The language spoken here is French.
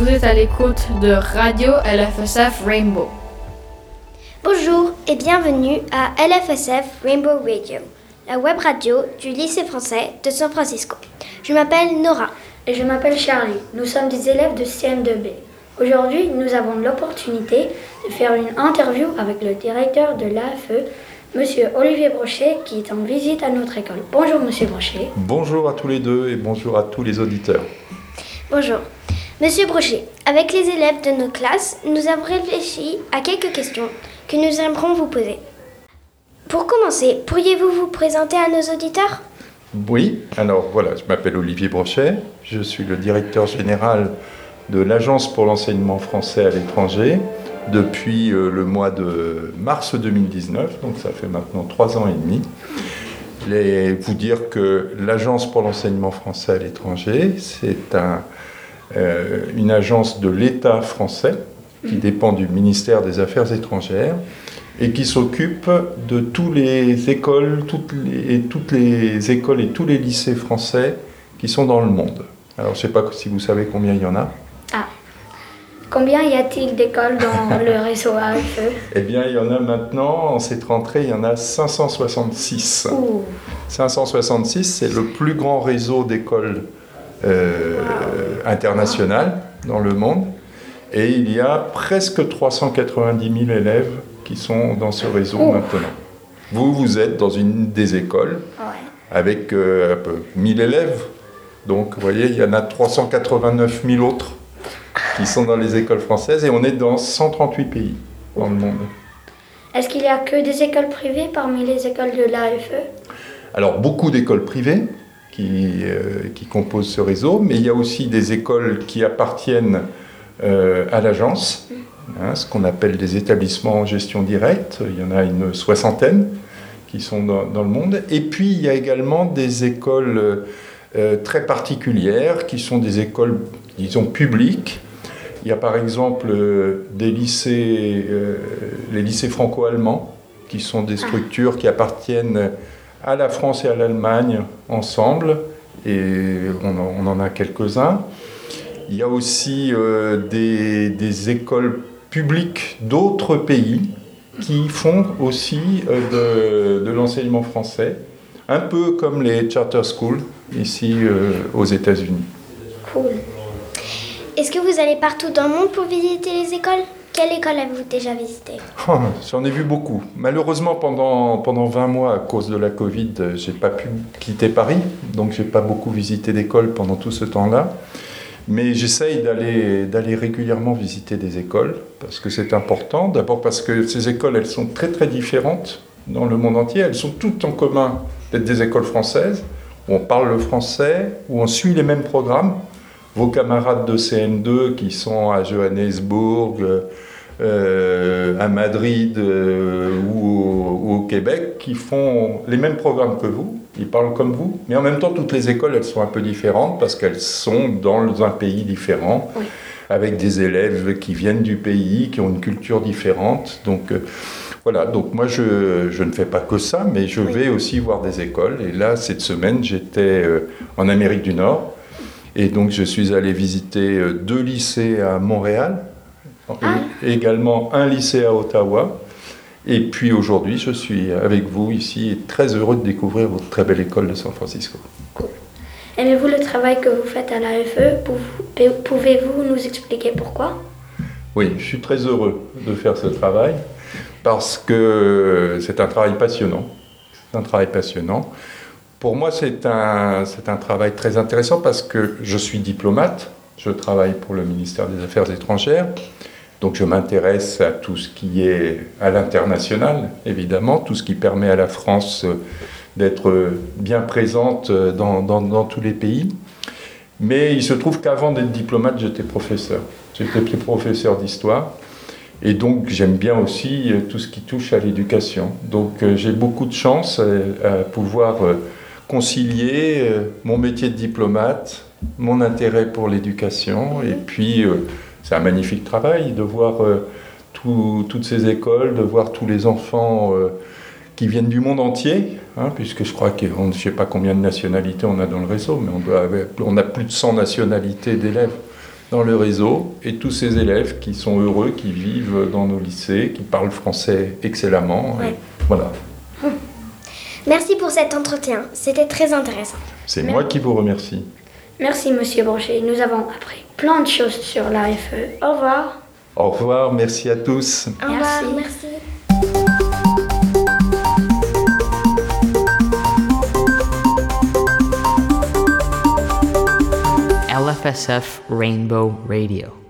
Vous êtes à l'écoute de Radio LFSF Rainbow. Bonjour et bienvenue à LFSF Rainbow Radio, la web radio du lycée français de San Francisco. Je m'appelle Nora. Et je m'appelle Charlie. Nous sommes des élèves de CM2B. Aujourd'hui, nous avons l'opportunité de faire une interview avec le directeur de l'AFE, Monsieur Olivier Brochet, qui est en visite à notre école. Bonjour Monsieur Brochet. Bonjour à tous les deux et bonjour à tous les auditeurs. Bonjour. Monsieur Brochet, avec les élèves de nos classes, nous avons réfléchi à quelques questions que nous aimerons vous poser. Pour commencer, pourriez-vous vous présenter à nos auditeurs ? Oui, alors voilà, je m'appelle Olivier Brochet, je suis le directeur général de l'Agence pour l'enseignement français à l'étranger depuis le mois de mars 2019, donc ça fait maintenant 3 ans et demi. Et vous dire que l'Agence pour l'enseignement français à l'étranger, c'est une agence de l'État français qui dépend du ministère des Affaires étrangères et qui s'occupe de toutes les écoles et tous les lycées français qui sont dans le monde. Alors, je ne sais pas si vous savez combien il y en a. Combien y a-t-il d'écoles dans le réseau AFE ? Eh bien, il y en a maintenant, en cette rentrée, il y en a 566. Ouh. 566, c'est le plus grand réseau d'écoles internationales dans le monde. Et il y a presque 390 000 élèves qui sont dans ce réseau maintenant. Vous êtes dans une des écoles avec un peu 1000 élèves. Donc, vous voyez, il y en a 389 000 autres qui sont dans les écoles françaises et on est dans 138 pays dans le monde. Est-ce qu'il n'y a que des écoles privées parmi les écoles de l'AFE ? Alors, beaucoup d'écoles privées qui composent ce réseau, mais il y a aussi des écoles qui appartiennent à l'agence, ce qu'on appelle des établissements en gestion directe. Il y en a une 60aine qui sont dans le monde. Et puis, il y a également des écoles très particulières qui sont des écoles, disons, publiques. Il y a par exemple les lycées franco-allemands, qui sont des structures qui appartiennent à la France et à l'Allemagne ensemble, et on en a quelques-uns. Il y a aussi des écoles publiques d'autres pays qui font aussi de l'enseignement français, un peu comme les charter schools ici aux États-Unis. Cool. Est-ce que vous allez partout dans le monde pour visiter les écoles ? Quelle école avez-vous déjà visité ? J'en ai vu beaucoup. Malheureusement, pendant 20 mois, à cause de la Covid, je n'ai pas pu quitter Paris, donc je n'ai pas beaucoup visité d'écoles pendant tout ce temps-là. Mais j'essaye d'aller régulièrement visiter des écoles, parce que c'est important. D'abord parce que ces écoles, elles sont très très différentes dans le monde entier. Elles sont toutes en commun d'être des écoles françaises, où on parle le français, où on suit les mêmes programmes. Vos camarades de CM2 qui sont à Johannesburg, à Madrid ou au Québec, qui font les mêmes programmes que vous, ils parlent comme vous, mais en même temps toutes les écoles elles sont un peu différentes parce qu'elles sont dans un pays différent, avec des élèves qui viennent du pays, qui ont une culture différente. Donc voilà, donc moi je ne fais pas que ça, mais je vais aussi voir des écoles. Et là, cette semaine, j'étais en Amérique du Nord. Et donc, je suis allé visiter 2 lycées à Montréal, et également un lycée à Ottawa. Et puis aujourd'hui, je suis avec vous ici et très heureux de découvrir votre très belle école de San Francisco. Cool. Aimez-vous le travail que vous faites à l'AFE ? Pouvez-vous nous expliquer pourquoi ? Oui, je suis très heureux de faire ce travail parce que c'est un travail passionnant. C'est un travail passionnant. Pour moi, c'est un travail très intéressant parce que je suis diplomate, je travaille pour le ministère des Affaires étrangères, donc je m'intéresse à tout ce qui est à l'international, évidemment, tout ce qui permet à la France d'être bien présente dans tous les pays. Mais il se trouve qu'avant d'être diplomate, j'étais professeur. J'étais professeur d'histoire. Et donc, j'aime bien aussi tout ce qui touche à l'éducation. Donc, j'ai beaucoup de chance à pouvoir concilier mon métier de diplomate, mon intérêt pour l'éducation, et puis c'est un magnifique travail de voir toutes ces écoles, de voir tous les enfants qui viennent du monde entier, puisque je crois qu'on ne sait pas combien de nationalités on a dans le réseau, mais on a plus de 100 nationalités d'élèves dans le réseau et tous ces élèves qui sont heureux, qui vivent dans nos lycées, qui parlent français excellemment. Ouais. Et voilà. Merci pour cet entretien, c'était très intéressant. C'est moi qui vous remercie. Merci Monsieur Brochet, nous avons appris plein de choses sur l'AFE. Au revoir. Au revoir, merci à tous. Au revoir, Merci. merci. LFSF Rainbow Radio.